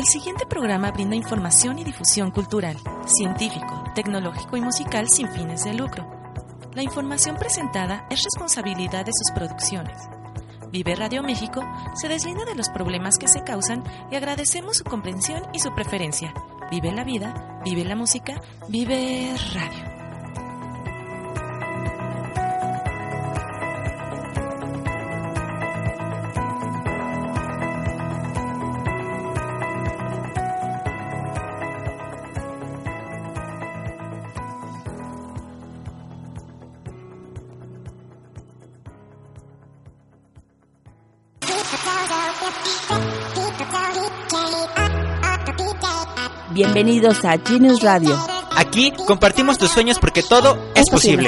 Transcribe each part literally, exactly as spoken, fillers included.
El siguiente programa brinda información y difusión cultural, científico, tecnológico y musical sin fines de lucro. La información presentada es responsabilidad de sus producciones. Vive Radio México se deslinda de los problemas que se causan y agradecemos su comprensión y su preferencia. Vive la vida, vive la música, vive radio. Bienvenidos a Genius Radio. Aquí compartimos tus sueños porque todo es posible.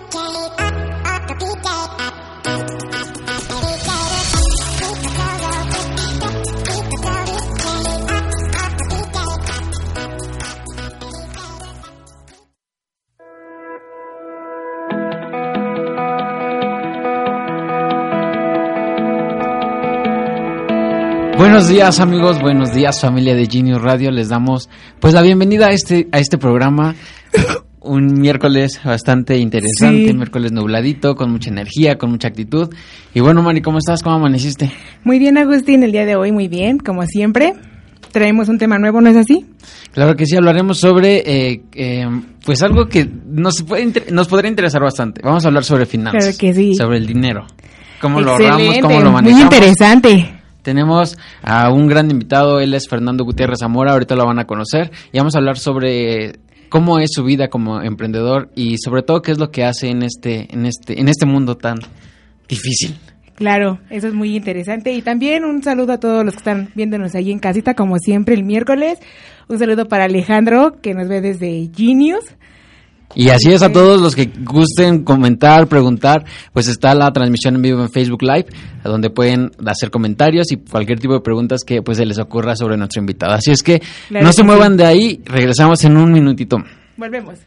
Buenos días amigos, buenos días familia de Genius Radio, les damos pues la bienvenida a este a este programa, un miércoles bastante interesante, sí. Un miércoles nubladito, con mucha energía, con mucha actitud. Y bueno, Mari, ¿cómo estás? ¿Cómo amaneciste? Muy bien, Agustín, el día de hoy muy bien, como siempre. Traemos un tema nuevo, ¿no es así? Claro que sí, hablaremos sobre eh, eh, pues algo que nos puede inter- nos podría interesar bastante. Vamos a hablar sobre finanzas. Claro que sí. Sobre el dinero. Cómo Excelente, lo ahorramos, cómo lo manejamos. Muy interesante. Tenemos a un gran invitado, él es Fernando Gutiérrez Zamora, ahorita lo van a conocer, y vamos a hablar sobre cómo es su vida como emprendedor y sobre todo qué es lo que hace en este, en este, en este mundo tan difícil. Claro, eso es muy interesante. Y también un saludo a todos los que están viéndonos ahí en casita, como siempre el miércoles. Un saludo para Alejandro, que nos ve desde Genius. Y así es, a todos los que gusten comentar, preguntar, pues está la transmisión en vivo en Facebook Live, donde pueden hacer comentarios y cualquier tipo de preguntas que pues se les ocurra sobre nuestro invitado. Así es que claro, no se muevan sí. de ahí, regresamos en un minutito. Volvemos.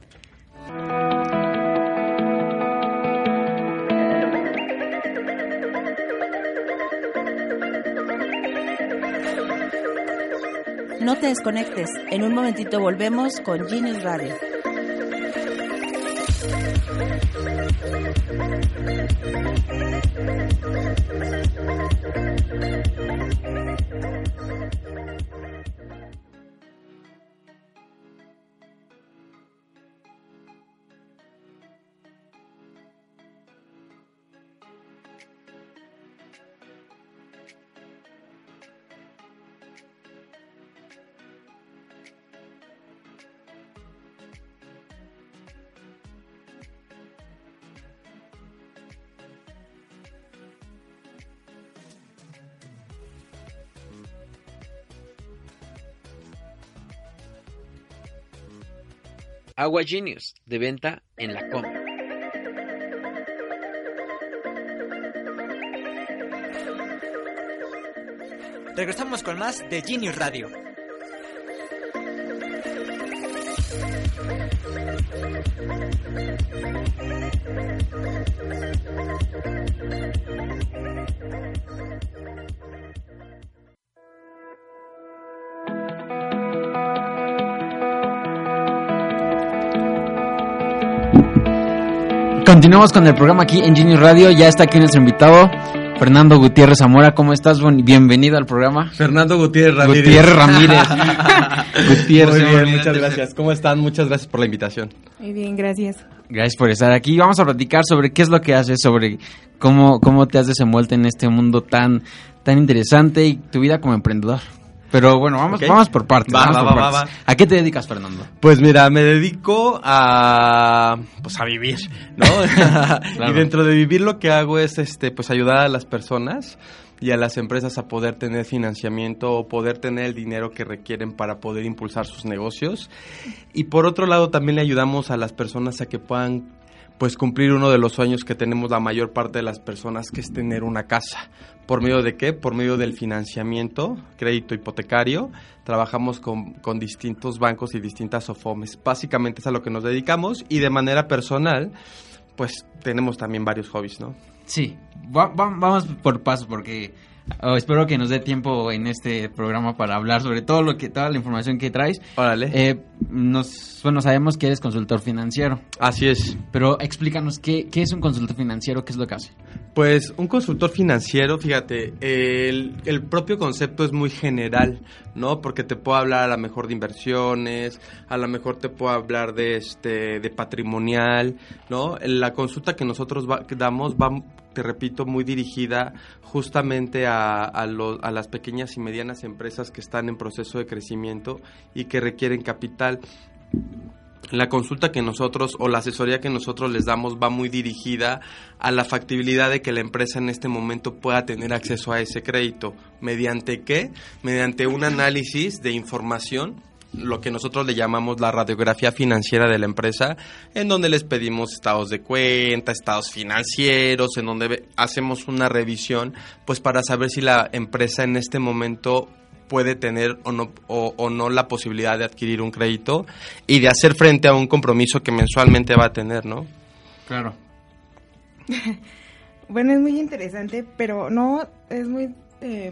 No te desconectes, en un momentito volvemos con Genius Radio. Agua Genius, de venta en la Com. Regresamos con más de Genius Radio. Continuamos con el programa aquí en Genius Radio. Ya está aquí nuestro invitado, Fernando Gutiérrez Zamora. ¿Cómo estás? Bienvenido al programa. Fernando Gutiérrez Ramírez. Gutiérrez Ramírez. Gutiérrez. Muy bien, muchas gracias. ¿Cómo están? Muchas gracias por la invitación. Muy bien, gracias. Gracias por estar aquí. Vamos a platicar sobre qué es lo que haces, sobre cómo, cómo te has desenvuelto en este mundo tan, tan interesante y tu vida como emprendedor. Pero bueno, vamos, okay. vamos por partes. Va, vamos va, por va, partes. va, va. ¿A qué te dedicas, Fernando? Pues mira, me dedico a pues a vivir, ¿no? Claro. Y dentro de vivir lo que hago es este pues ayudar a las personas y a las empresas a poder tener financiamiento o poder tener el dinero que requieren para poder impulsar sus negocios. Y por otro lado también le ayudamos a las personas a que puedan pues cumplir uno de los sueños que tenemos la mayor parte de las personas, que es tener una casa. ¿Por medio de qué? Por medio del financiamiento, crédito hipotecario. Trabajamos con, con distintos bancos y distintas SOFOMES. Básicamente es a lo que nos dedicamos, y de manera personal, pues tenemos también varios hobbies, ¿no? Sí, va, va, vamos por pasos, porque Oh, espero que nos dé tiempo en este programa para hablar sobre todo lo que toda la información que traes. Órale. Eh, nos, bueno, sabemos que eres consultor financiero. Así es. Pero explícanos, ¿qué, qué es un consultor financiero? ¿Qué es lo que hace? Pues un consultor financiero, fíjate, el, el propio concepto es muy general, ¿no? Porque te puedo hablar a lo mejor de inversiones, a lo mejor te puedo hablar de este de patrimonial, ¿no? La consulta que nosotros va, que damos va, te repito, muy dirigida justamente a, a, lo, a las pequeñas y medianas empresas que están en proceso de crecimiento y que requieren capital. La consulta que nosotros o la asesoría que nosotros les damos va muy dirigida a la factibilidad de que la empresa en este momento pueda tener acceso a ese crédito. ¿Mediante qué? Mediante un análisis de información, lo que nosotros le llamamos la radiografía financiera de la empresa, en donde les pedimos estados de cuenta, estados financieros, en donde hacemos una revisión, pues para saber si la empresa en este momento puede tener o no o, o no la posibilidad de adquirir un crédito y de hacer frente a un compromiso que mensualmente va a tener, ¿no? Claro. Bueno, es muy interesante, pero no es muy eh,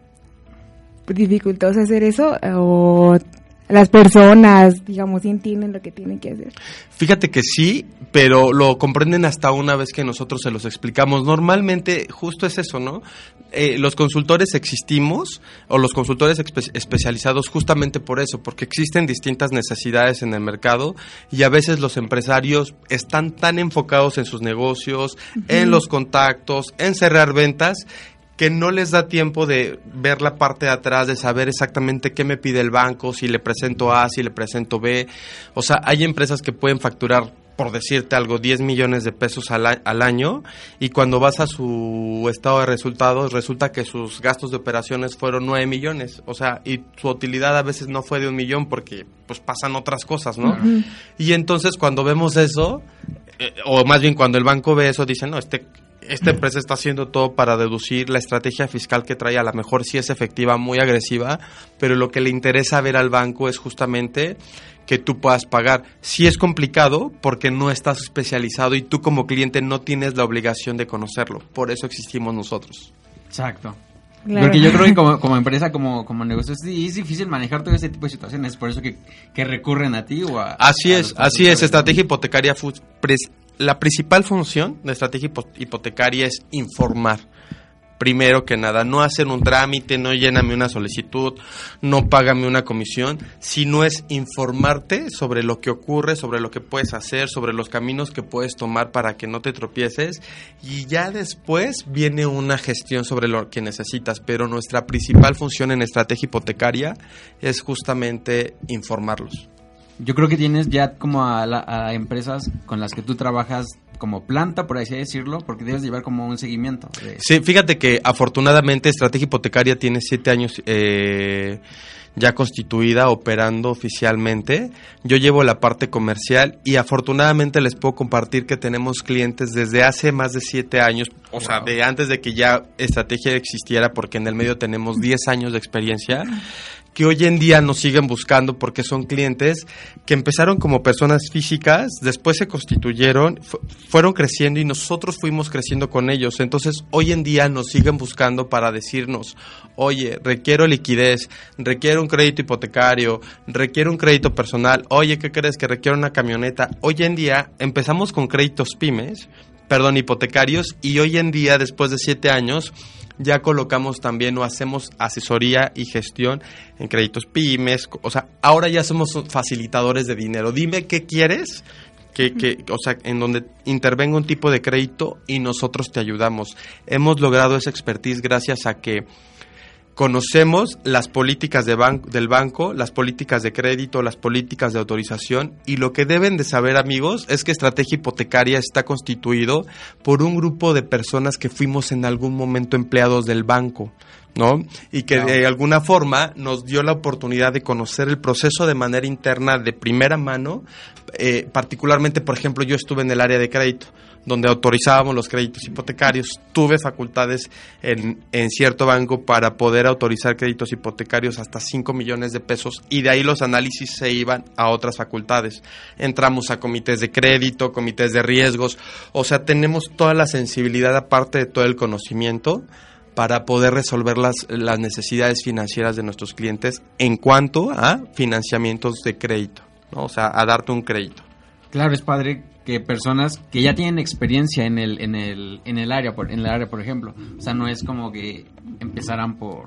dificultoso hacer eso, o las personas, digamos, sí entienden lo que tienen que hacer. Fíjate que sí, pero lo comprenden hasta una vez que nosotros se los explicamos. Normalmente justo es eso, ¿no? Eh, los consultores existimos, o los consultores espe- especializados justamente por eso, porque existen distintas necesidades en el mercado y a veces los empresarios están tan enfocados en sus negocios, uh-huh. en los contactos, en cerrar ventas, que no les da tiempo de ver la parte de atrás, de saber exactamente qué me pide el banco, si le presento A, si le presento B. O sea, hay empresas que pueden facturar, por decirte algo, diez millones de pesos al, a- al año, y cuando vas a su estado de resultados, resulta que sus gastos de operaciones fueron nueve millones. O sea, y su utilidad a veces no fue de un millón porque pues pasan otras cosas, ¿no? Uh-huh. Y entonces cuando vemos eso, eh, o más bien cuando el banco ve eso, dicen, no, este... esta empresa está haciendo todo para deducir, la estrategia fiscal que trae a lo mejor sí es efectiva, muy agresiva, pero lo que le interesa ver al banco es justamente que tú puedas pagar. Sí es complicado porque no estás especializado y tú como cliente no tienes la obligación de conocerlo, por eso existimos nosotros. Exacto. Claro. Porque yo creo que como, como empresa, como, como negocio, sí, es difícil manejar todo ese tipo de situaciones, por eso que, que recurren a ti o a... Así a es, así es, estrategia hipotecaria fu- pres- la principal función de estrategia hipotecaria es informar. Primero que nada, no hacer un trámite, no lléname una solicitud, no págame una comisión, sino es informarte sobre lo que ocurre, sobre lo que puedes hacer, sobre los caminos que puedes tomar para que no te tropieces, y ya después viene una gestión sobre lo que necesitas, pero nuestra principal función en estrategia hipotecaria es justamente informarlos. Yo creo que tienes ya como a, la, a empresas con las que tú trabajas como planta, por así decirlo, porque debes llevar como un seguimiento. De... Sí, fíjate que afortunadamente Estrategia Hipotecaria tiene siete años eh, ya constituida, operando oficialmente. Yo llevo la parte comercial y afortunadamente les puedo compartir que tenemos clientes desde hace más de siete años, o wow. sea, de antes de que ya Estrategia existiera, porque en el medio tenemos diez años de experiencia, que hoy en día nos siguen buscando porque son clientes que empezaron como personas físicas, después se constituyeron, fu- fueron creciendo y nosotros fuimos creciendo con ellos. Entonces, hoy en día nos siguen buscando para decirnos, oye, requiero liquidez, requiero un crédito hipotecario, requiero un crédito personal, oye, ¿qué crees? Que requiero una camioneta. Hoy en día empezamos con créditos pymes, perdón, hipotecarios, y hoy en día, después de siete años, ya colocamos también o hacemos asesoría y gestión en créditos pymes. O sea, ahora ya somos facilitadores de dinero. Dime qué quieres, que, que, o sea, en donde intervenga un tipo de crédito y nosotros te ayudamos. Hemos logrado esa expertise gracias a que conocemos las políticas de ban- del banco, las políticas de crédito, las políticas de autorización, y lo que deben de saber, amigos, es que Estrategia Hipotecaria está constituido por un grupo de personas que fuimos en algún momento empleados del banco, ¿no? Y que no. de alguna forma nos dio la oportunidad de conocer el proceso de manera interna de primera mano. Eh, particularmente, por ejemplo, yo estuve en el área de crédito, donde autorizábamos los créditos hipotecarios. Tuve facultades en, en cierto banco para poder autorizar créditos hipotecarios hasta cinco millones de pesos, y de ahí los análisis se iban a otras facultades. Entramos a comités de crédito, comités de riesgos, o sea, tenemos toda la sensibilidad aparte de todo el conocimiento para poder resolver las, las necesidades financieras de nuestros clientes en cuanto a financiamientos de crédito, ¿no? O sea, a darte un crédito. Claro, es padre que personas que ya tienen experiencia en el en el en el área por en el área, por ejemplo, o sea, no es como que empezaran por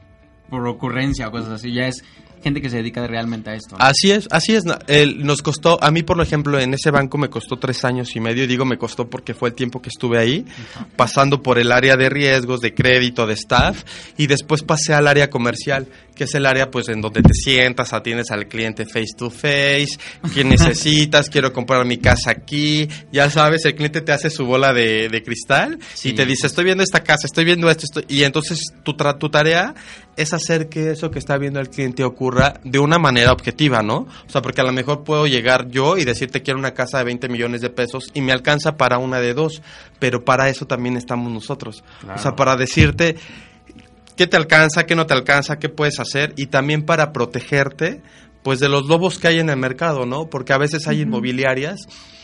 por ocurrencia o cosas así, ya es gente que se dedica realmente a esto, ¿no? Así es, así es. El, nos costó, a mí por ejemplo, en ese banco me costó tres años y medio, digo me costó porque fue el tiempo que estuve ahí, uh-huh. pasando por el área de riesgos, de crédito, de staff, y después pasé al área comercial, que es el área pues en donde te sientas, atiendes al cliente face to face, ¿qué necesitas? Quiero comprar mi casa aquí, ya sabes, el cliente te hace su bola de, de cristal, sí. y te dice, estoy viendo esta casa, estoy viendo esto, estoy... y entonces tu, tra- tu tarea es hacer que eso que está viendo el cliente ocurra de una manera objetiva, ¿no? O sea, porque a lo mejor puedo llegar yo y decirte quiero una casa de veinte millones de pesos y me alcanza para una de dos, pero para eso también estamos nosotros. Claro. O sea, para decirte qué te alcanza, qué no te alcanza, qué puedes hacer, y también para protegerte, pues, de los lobos que hay en el mercado, ¿no? Porque a veces hay uh-huh. inmobiliarias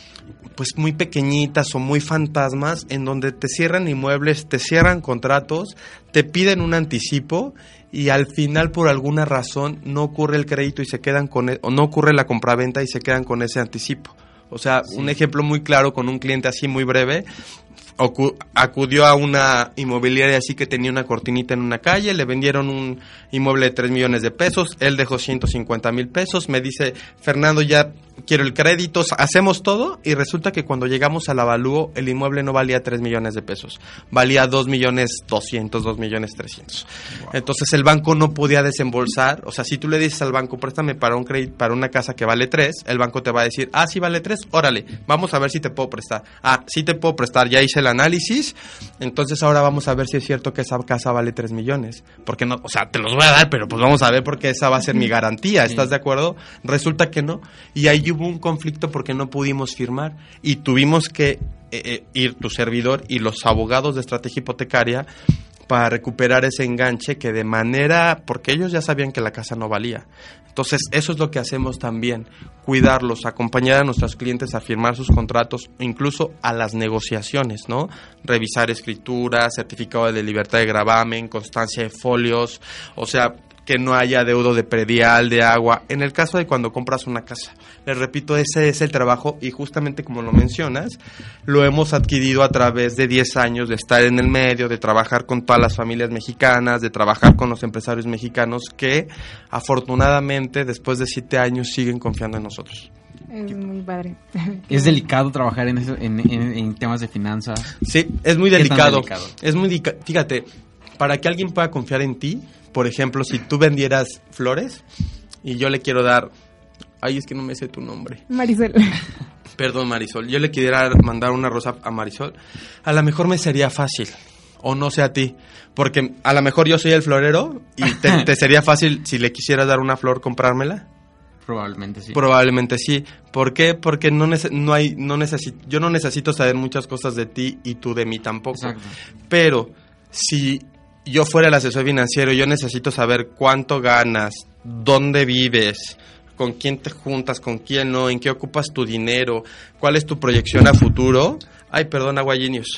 pues muy pequeñitas o muy fantasmas en donde te cierran inmuebles, te cierran contratos, te piden un anticipo y al final por alguna razón no ocurre el crédito y se quedan con e- o no ocurre la compraventa y se quedan con ese anticipo. O sea, sí. un ejemplo muy claro con un cliente así muy breve. Ocu- acudió a una inmobiliaria así que tenía una cortinita en una calle, le vendieron un inmueble de tres millones de pesos, él dejó ciento cincuenta mil pesos, me dice, Fernando, ya quiero el crédito, hacemos todo, y resulta que cuando llegamos al avalúo, el inmueble no valía tres millones de pesos, valía dos millones doscientos, dos millones trescientos. Wow. Entonces el banco no podía desembolsar, o sea, si tú le dices al banco, préstame para un crédito, para una casa que vale tres, el banco te va a decir, ah, sí vale tres, órale, vamos a ver si te puedo prestar. Ah, sí te puedo prestar, ya hice el análisis, entonces ahora vamos a ver si es cierto que esa casa vale tres millones, porque no, o sea, te los voy a dar, pero pues vamos a ver porque esa va a ser mi garantía, ¿estás sí. de acuerdo? Resulta que no, y ahí hubo un conflicto porque no pudimos firmar, y tuvimos que eh, eh, ir tu servidor y los abogados de estrategia hipotecaria para recuperar ese enganche que de manera, porque ellos ya sabían que la casa no valía. Entonces, eso es lo que hacemos también, cuidarlos, acompañar a nuestros clientes a firmar sus contratos, incluso a las negociaciones, ¿no? Revisar escrituras, certificado de libertad de gravamen, constancia de folios, o sea, que no haya deudo de predial, de agua, en el caso de cuando compras una casa. Les repito, ese es el trabajo y justamente como lo mencionas, lo hemos adquirido a través de diez años de estar en el medio, de trabajar con todas las familias mexicanas, de trabajar con los empresarios mexicanos que afortunadamente después de siete años siguen confiando en nosotros. Es muy padre. Es delicado trabajar en, eso, en, en, en temas de finanzas. Sí, es muy delicado. delicado? Es muy delicado. Fíjate, para que alguien pueda confiar en ti, por ejemplo, si tú vendieras flores y yo le quiero dar... Ay, es que no me sé tu nombre. Marisol. Perdón, Marisol. Yo le quisiera mandar una rosa a Marisol. A lo mejor me sería fácil. O no sé a ti. Porque a lo mejor yo soy el florero y te, te sería fácil, si le quisieras dar una flor, comprármela. Probablemente sí. Probablemente sí. ¿Por qué? Porque no, nece- no hay, no necesito, yo no necesito saber muchas cosas de ti y tú de mí tampoco. Exacto. Pero si yo fuera el asesor financiero, yo necesito saber cuánto ganas, dónde vives, con quién te juntas, con quién no, en qué ocupas tu dinero, cuál es tu proyección a futuro. Ay, perdón, Agua Genius.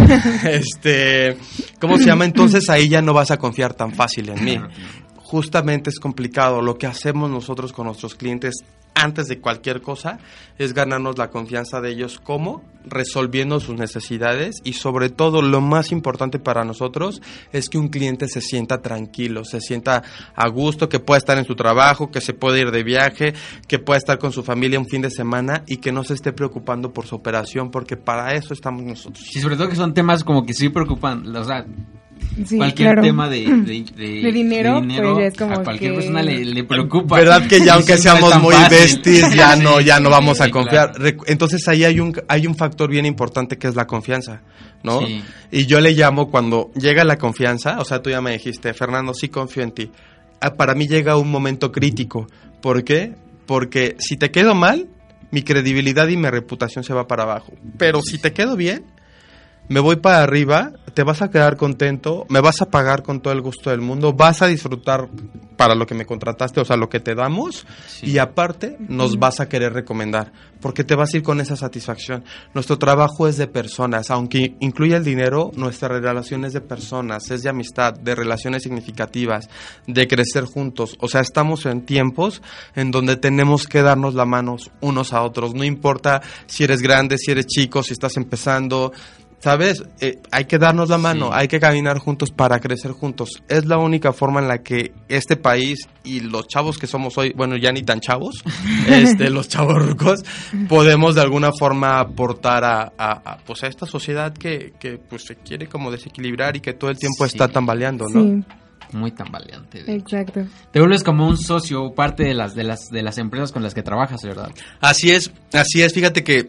este, ¿cómo se llama? Entonces ahí ya no vas a confiar tan fácil en mí. Justamente es complicado. Lo que hacemos nosotros con nuestros clientes antes de cualquier cosa es ganarnos la confianza de ellos. ¿Cómo? Resolviendo sus necesidades, y sobre todo lo más importante para nosotros es que un cliente se sienta tranquilo, se sienta a gusto, que pueda estar en su trabajo, que se pueda ir de viaje, que pueda estar con su familia un fin de semana y que no se esté preocupando por su operación, porque para eso estamos nosotros. Y sobre todo que son temas como que sí preocupan, o sea, sí, cualquier claro. tema de, de, de, de dinero, de dinero pues es como a cualquier que... persona le, le preocupa. ¿Verdad que ya aunque seamos muy besties ya no ya no vamos sí, a confiar? Claro. Entonces ahí hay un hay un factor bien importante que es la confianza, ¿no? Sí. Y yo le llamo cuando llega la confianza, o sea, tú ya me dijiste, Fernando, sí confío en ti. Para mí llega un momento crítico. ¿Por qué? Porque si te quedo mal, mi credibilidad y mi reputación se va para abajo. Pero si te quedo bien, me voy para arriba, te vas a quedar contento, me vas a pagar con todo el gusto del mundo, vas a disfrutar para lo que me contrataste, o sea, lo que te damos, sí. Y aparte nos vas a querer recomendar, porque te vas a ir con esa satisfacción. Nuestro trabajo es de personas, aunque incluya el dinero, nuestra relación es de personas, es de amistad, de relaciones significativas, de crecer juntos. O sea, estamos en tiempos en donde tenemos que darnos la mano unos a otros, no importa si eres grande, si eres chico, si estás empezando, ¿sabes? Eh, hay que darnos la mano, sí. Hay que caminar juntos para crecer juntos. Es la única forma en la que este país y los chavos que somos hoy, bueno, ya ni tan chavos, este, los chavorrucos, podemos de alguna forma aportar a, a, a, pues a esta sociedad que, que pues se quiere como desequilibrar y que todo el tiempo sí. Está tambaleando, ¿no? Sí. Muy tambaleante. Exacto. Hecho. Te vuelves como un socio, parte de las de las de las empresas con las que trabajas, ¿verdad? Así es, así es. Fíjate que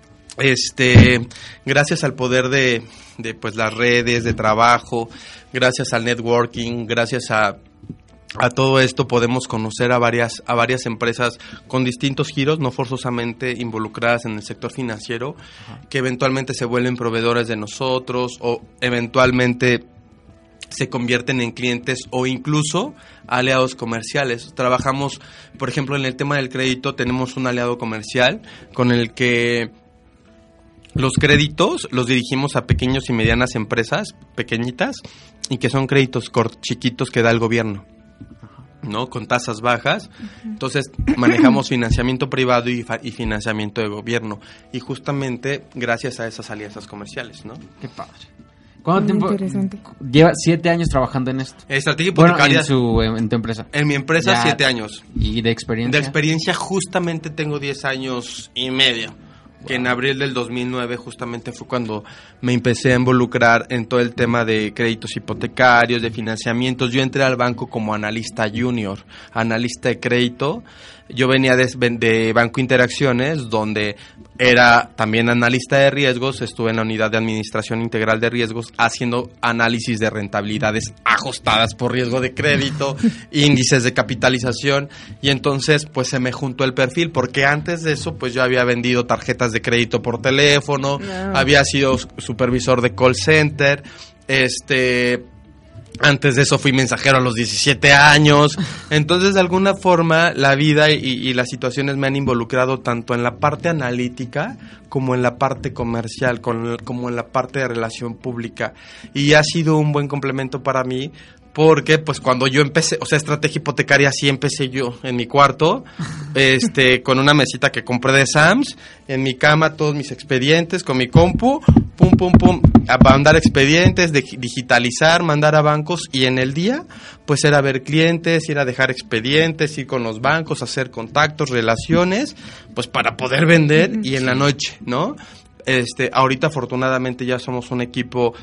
este, gracias al poder de, de pues las redes de trabajo, gracias al networking, gracias a a todo esto podemos conocer a varias a varias empresas con distintos giros, no forzosamente involucradas en el sector financiero, ajá, que eventualmente se vuelven proveedores de nosotros o eventualmente se convierten en clientes o incluso aliados comerciales. Trabajamos, por ejemplo, en el tema del crédito, tenemos un aliado comercial con el que los créditos los dirigimos a pequeños y medianas empresas, pequeñitas, y que son créditos cort- chiquitos que da el gobierno, ¿no? Con tasas bajas. Entonces manejamos financiamiento privado y, fa- y financiamiento de gobierno, y justamente gracias a esas alianzas comerciales, ¿no? Qué padre. ¿Cuánto Muy tiempo? Lleva siete años trabajando en esto. Estrategia hipotecaria. Bueno, en, su, en tu empresa. En mi empresa, ya, siete años. ¿Y de experiencia? De experiencia justamente tengo diez años y medio. Wow. Que en abril del dos mil nueve justamente fue cuando me empecé a involucrar en todo el tema de créditos hipotecarios, de financiamientos. Yo entré al banco como analista junior, analista de crédito. Yo venía de, de Banco Interacciones, donde era también analista de riesgos. Estuve en la unidad de administración integral de riesgos haciendo análisis de rentabilidades ajustadas por riesgo de crédito, índices de capitalización, y entonces pues se me juntó el perfil, porque antes de eso pues yo había vendido tarjetas de crédito por teléfono, no. había sido supervisor de call center, este... Antes de eso fui mensajero a los diecisiete años. Entonces, de alguna forma, la vida y, y las situaciones me han involucrado tanto en la parte analítica como en la parte comercial, con, como en la parte de relación pública. Y ha sido un buen complemento para mí, porque pues cuando yo empecé, o sea, estrategia hipotecaria sí empecé yo en mi cuarto, este, con una mesita que compré de Sam's, en mi cama todos mis expedientes, con mi compu, pum, pum, pum, a mandar expedientes, de, digitalizar, mandar a bancos, y en el día, pues era ver clientes, ir a dejar expedientes, ir con los bancos, hacer contactos, relaciones, pues para poder vender, y en la noche, ¿no? Este, ahorita afortunadamente ya somos un equipo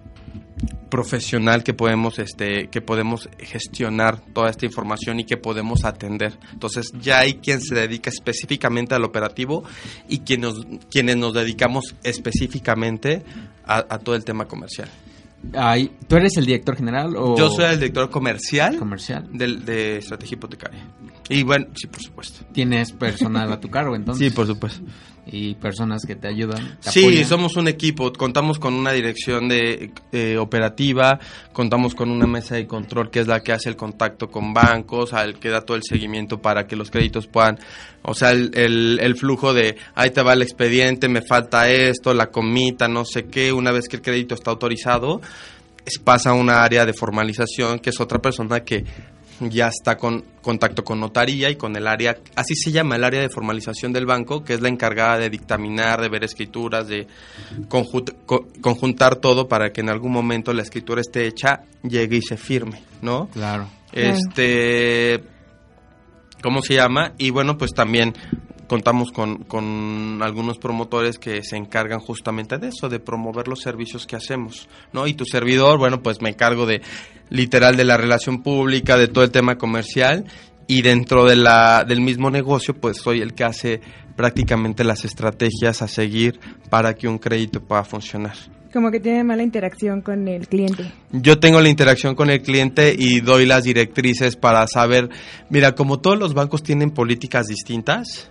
profesional que podemos este que podemos gestionar toda esta información y que podemos atender. Entonces ya hay quien se dedica específicamente al operativo y quien nos, quienes nos dedicamos específicamente a, a todo el tema comercial. Ay, ¿tú eres el director general o...? Yo soy el director comercial, comercial. De, de estrategia hipotecaria. Y bueno, sí, por supuesto. ¿Tienes personal a tu cargo entonces? Sí, por supuesto. ¿Y personas que te ayudan? Te sí, apoyan? Somos un equipo, contamos con una dirección de eh, operativa, contamos con una mesa de control que es la que hace el contacto con bancos, al que da todo el seguimiento para que los créditos puedan, o sea, el, el, el flujo de ahí te va el expediente, me falta esto, la comita, no sé qué. Una vez que el crédito está autorizado, es, pasa a una área de formalización, que es otra persona que ya está con contacto con notaría y con el área, así se llama, el área de formalización del banco, que es la encargada de dictaminar, de ver escrituras, de conjunta, co, conjuntar todo para que en algún momento la escritura esté hecha, llegue y se firme, ¿no? Claro. Este, ¿cómo se llama? Y bueno, pues también contamos con, con algunos promotores que se encargan justamente de eso, de promover los servicios que hacemos, ¿no? Y tu servidor, bueno, pues me encargo de, literal, de la relación pública, de todo el tema comercial, y dentro de la del mismo negocio, pues soy el que hace prácticamente las estrategias a seguir para que un crédito pueda funcionar. Como que tiene mala interacción con el cliente. Yo tengo la interacción con el cliente y doy las directrices para saber, mira, como todos los bancos tienen políticas distintas,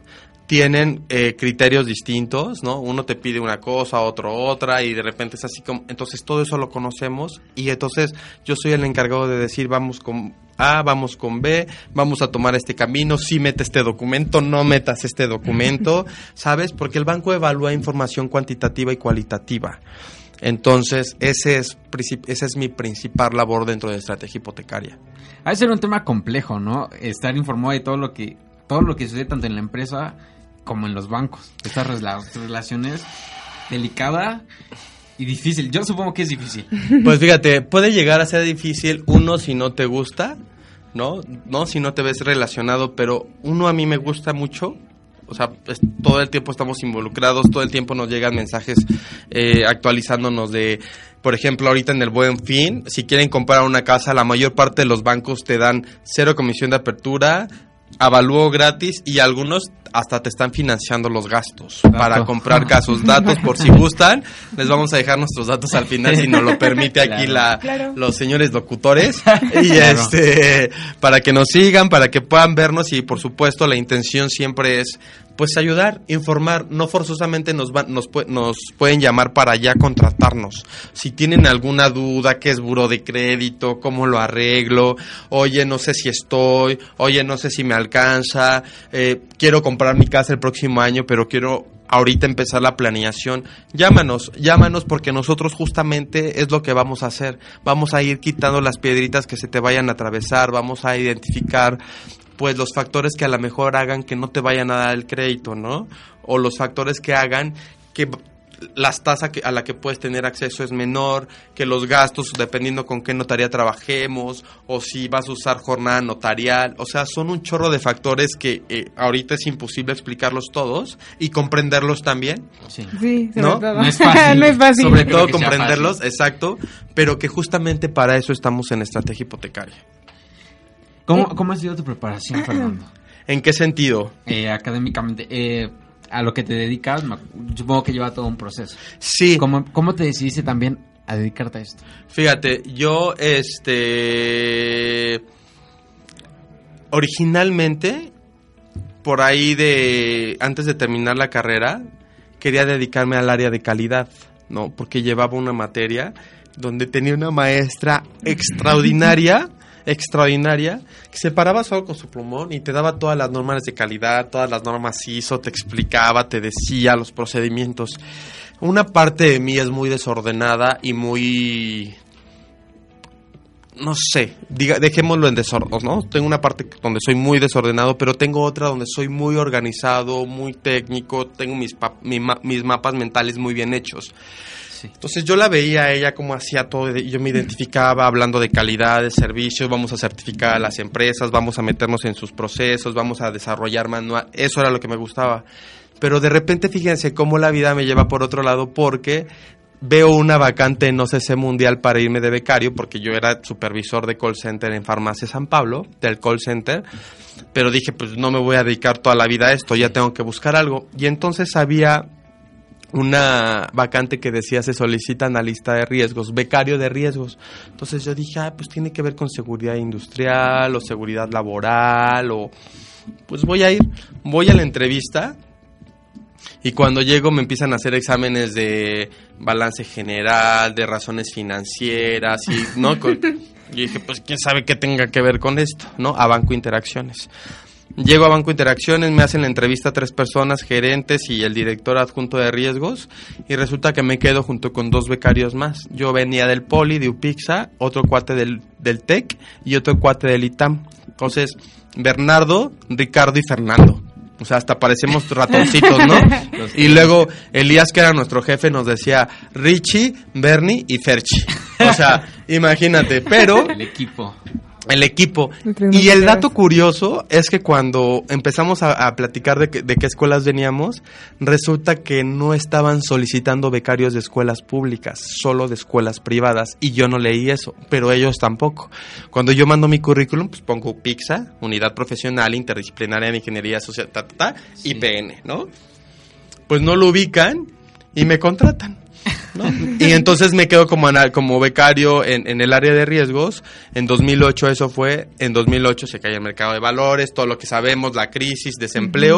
tienen eh, criterios distintos, ¿no? Uno te pide una cosa, otro otra, y de repente es así como... Entonces, todo eso lo conocemos, y entonces yo soy el encargado de decir, vamos con A, vamos con B, vamos a tomar este camino, sí mete este documento, no metas este documento, ¿sabes? Porque el banco evalúa información cuantitativa y cualitativa. Entonces, ese es, esa es mi principal labor dentro de estrategia hipotecaria. Ha de ser un tema complejo, ¿no? Estar informado de todo lo que todo lo que sucede tanto en la empresa como en los bancos. Estas rela- relaciones delicada y difícil. Yo supongo que es difícil. Pues fíjate, puede llegar a ser difícil, uno, si no te gusta, ¿no? No, si no te ves relacionado, pero uno, a mí me gusta mucho. O sea, pues, todo el tiempo estamos involucrados, todo el tiempo nos llegan mensajes eh, actualizándonos de, por ejemplo, ahorita en el Buen Fin, si quieren comprar una casa, la mayor parte de los bancos te dan cero comisión de apertura, avalúo gratis, y algunos hasta te están financiando los gastos Dato. para comprar casos. Datos, por si gustan, les vamos a dejar nuestros datos al final, si nos lo permite aquí claro. la claro. los señores locutores, y claro. este para que nos sigan, para que puedan vernos, y por supuesto la intención siempre es pues ayudar, informar, no forzosamente nos van, nos, nos pueden llamar para ya contratarnos. Si tienen alguna duda, qué es buró de crédito, cómo lo arreglo, oye, no sé si estoy, oye, no sé si me alcanza, eh, quiero comprar mi casa el próximo año, pero quiero ahorita empezar la planeación, llámanos, llámanos porque nosotros justamente es lo que vamos a hacer. Vamos a ir quitando las piedritas que se te vayan a atravesar, vamos a identificar pues los factores que a lo mejor hagan que no te vayan a dar el crédito, ¿no? O los factores que hagan que las tasas a la que puedes tener acceso es menor, que los gastos, dependiendo con qué notaría trabajemos, o si vas a usar jornada notarial. O sea, son un chorro de factores que eh, ahorita es imposible explicarlos todos y comprenderlos también. Sí, sí, sobre ¿no? todo. No es fácil. No es fácil. Sobre todo comprenderlos, exacto, pero que justamente para eso estamos en estrategia hipotecaria. ¿Cómo, ¿Cómo ha sido tu preparación, Fernando? ¿En qué sentido? Eh, académicamente, eh, a lo que te dedicas, supongo que lleva todo un proceso. Sí. ¿Cómo, cómo te decidiste también a dedicarte a esto? Fíjate, yo, este, originalmente, por ahí de, antes de terminar la carrera, quería dedicarme al área de calidad, ¿no? Porque llevaba una materia donde tenía una maestra extraordinaria, extraordinaria, que se paraba solo con su plumón y te daba todas las normas de calidad, todas las normas I S O, te explicaba, te decía los procedimientos. Una parte de mí es muy desordenada y muy, no sé, diga, dejémoslo en desorden, ¿no? Tengo una parte donde soy muy desordenado, pero tengo otra donde soy muy organizado, muy técnico, tengo mis, pa- mi ma- mis mapas mentales muy bien hechos. Entonces yo la veía a ella como hacía todo, y yo me identificaba hablando de calidad de servicios, vamos a certificar a las empresas, vamos a meternos en sus procesos, vamos a desarrollar manual, eso era lo que me gustaba. Pero de repente fíjense cómo la vida me lleva por otro lado, porque veo una vacante en O C C Mundial para irme de becario, porque yo era supervisor de call center en Farmacia San Pablo, del call center, pero dije, pues no me voy a dedicar toda la vida a esto, ya tengo que buscar algo. Y entonces había una vacante que decía se solicita analista de riesgos, becario de riesgos. Entonces yo dije, ah, pues tiene que ver con seguridad industrial o seguridad laboral, o pues voy a ir, voy a la entrevista, y cuando llego me empiezan a hacer exámenes de balance general, de razones financieras, y no, con, y dije, pues quién sabe qué tenga que ver con esto, ¿no? A Banco Interacciones. Llego a Banco Interacciones, me hacen la entrevista tres personas, gerentes y el director adjunto de riesgos, y resulta que me quedo junto con dos becarios más. Yo venía del Poli, de Upixa, otro cuate del, del TEC y otro cuate del ITAM. Entonces, Bernardo, Ricardo y Fernando. O sea, hasta parecemos ratoncitos, ¿no? Y luego Elías, que era nuestro jefe, nos decía Richie, Bernie y Ferchi. O sea, imagínate, pero... El equipo. El equipo. Y el dato curioso es que cuando empezamos a, a platicar de, que, de qué escuelas veníamos, resulta que no estaban solicitando becarios de escuelas públicas, solo de escuelas privadas, y yo no leí eso, pero ellos tampoco. Cuando yo mando mi currículum, pues pongo PIXA, Unidad Profesional Interdisciplinaria de Ingeniería Social, ta, ta, ta, sí. I P N, ¿no? Pues no lo ubican y me contratan, ¿no? Y entonces me quedo como, como becario en, en el área de riesgos. En dos mil ocho eso fue, en dos mil ocho se cae el mercado de valores, todo lo que sabemos, la crisis, desempleos, uh-huh.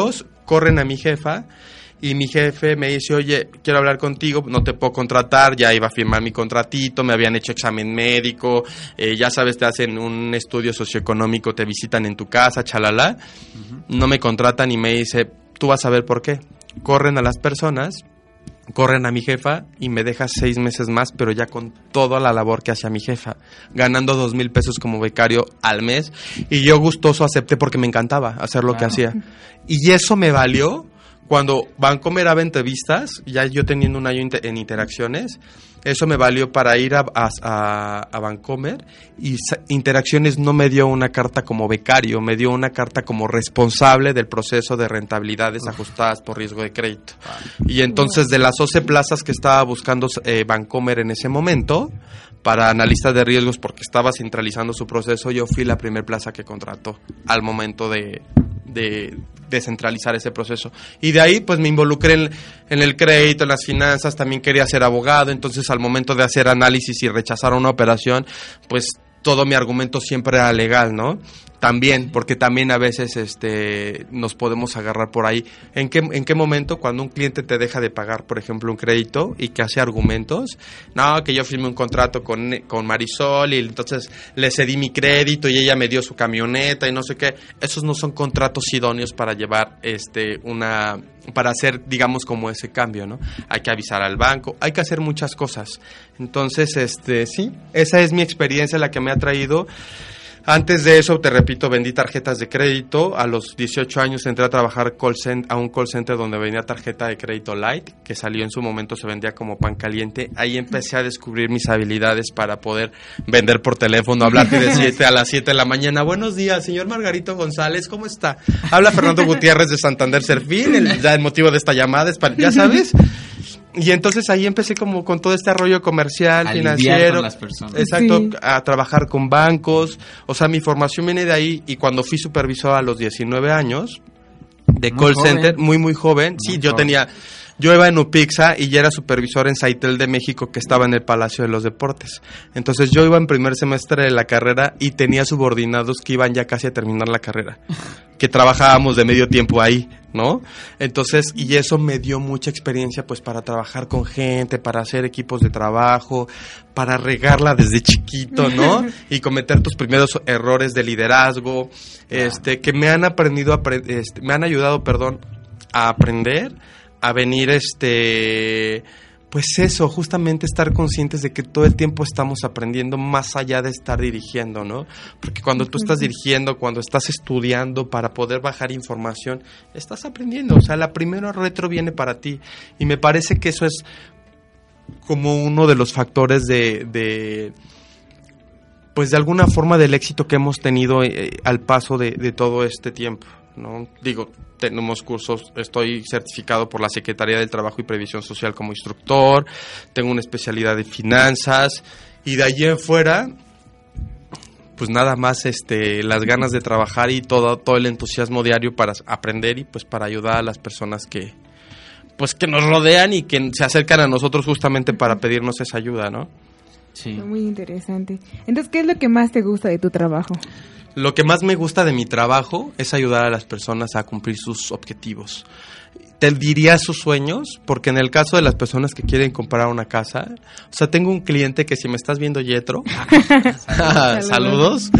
corren a mi jefa y mi jefe me dice, oye, quiero hablar contigo, no te puedo contratar, ya iba a firmar mi contratito, me habían hecho examen médico, eh, ya sabes, te hacen un estudio socioeconómico, te visitan en tu casa, chalala, uh-huh. No me contratan y me dice, tú vas a ver por qué. Corren a las personas, corren a mi jefa y me deja seis meses más, pero ya con toda la labor que hacía mi jefa, ganando dos mil pesos como becario al mes, y yo gustoso acepté porque me encantaba hacer lo claro. que hacía. Y eso me valió cuando Vancomer daba entrevistas, ya yo teniendo un año inter- en interacciones, eso me valió para ir a, a, a, a Vancomer, y sa- Interacciones no me dio una carta como becario, me dio una carta como responsable del proceso de rentabilidades Uf. ajustadas por riesgo de crédito. Y entonces de las doce plazas que estaba buscando eh, Vancomer en ese momento, para analistas de riesgos, porque estaba centralizando su proceso, yo fui la primer plaza que contrató al momento de... de descentralizar ese proceso. Y de ahí pues me involucré en, en el crédito, en las finanzas, también quería ser abogado, entonces al momento de hacer análisis y rechazar una operación, pues todo mi argumento siempre era legal, ¿no? También, porque también a veces este nos podemos agarrar por ahí. ¿En qué, en qué momento cuando un cliente te deja de pagar, por ejemplo, un crédito y que hace argumentos? No, que yo firmé un contrato con, con Marisol y entonces le cedí mi crédito y ella me dio su camioneta y no sé qué. Esos no son contratos idóneos para llevar este una para hacer, digamos, como ese cambio, ¿no? Hay que avisar al banco, hay que hacer muchas cosas. Entonces, este sí, esa es mi experiencia, la que me ha traído. Antes de eso, te repito, vendí tarjetas de crédito. A los dieciocho años entré a trabajar call cent- a un call center donde vendía tarjeta de crédito light, que salió en su momento, se vendía como pan caliente. Ahí empecé a descubrir mis habilidades para poder vender por teléfono, hablarte de siete a las siete de la mañana. Buenos días, señor Margarito González, ¿cómo está? Habla Fernando Gutiérrez de Santander Serfín, el, ya el motivo de esta llamada es para, ya sabes... Y entonces ahí empecé como con todo este rollo comercial, a financiero, con las personas. Exacto, sí. A trabajar con bancos, o sea, mi formación viene de ahí. Y cuando fui supervisor a los diecinueve años de muy call joven. center, muy muy joven, muy sí, joven. yo tenía, yo iba en Upixa y ya era supervisor en Saitel de México, que estaba en el Palacio de los Deportes. Entonces yo iba en primer semestre de la carrera y tenía subordinados que iban ya casi a terminar la carrera, que trabajábamos de medio tiempo ahí, ¿no? Entonces, y eso me dio mucha experiencia pues para trabajar con gente, para hacer equipos de trabajo, para regarla desde chiquito, ¿no? Y cometer tus primeros errores de liderazgo, este, que me han aprendido, a, este, me han ayudado, perdón, a aprender, a venir, este... Pues eso, justamente estar conscientes de que todo el tiempo estamos aprendiendo más allá de estar dirigiendo, ¿no? Porque cuando tú estás dirigiendo, cuando estás estudiando para poder bajar información, estás aprendiendo. O sea, la primera retro viene para ti. Y me parece que eso es como uno de los factores de... de pues de alguna forma del éxito que hemos tenido eh, al paso de, de todo este tiempo, ¿no? Digo, tenemos cursos, estoy certificado por la Secretaría del Trabajo y Previsión Social como instructor, tengo una especialidad de finanzas y de allí en fuera, pues nada más este las ganas de trabajar y todo todo el entusiasmo diario para aprender y pues para ayudar a las personas que pues que nos rodean y que se acercan a nosotros justamente para pedirnos esa ayuda, ¿no? Sí. Muy interesante. Entonces, ¿qué es lo que más te gusta de tu trabajo? Lo que más me gusta de mi trabajo es ayudar a las personas a cumplir sus objetivos. Te diría sus sueños, porque en el caso de las personas que quieren comprar una casa, o sea, tengo un cliente que, si me estás viendo, Yetro, saludos, saludos,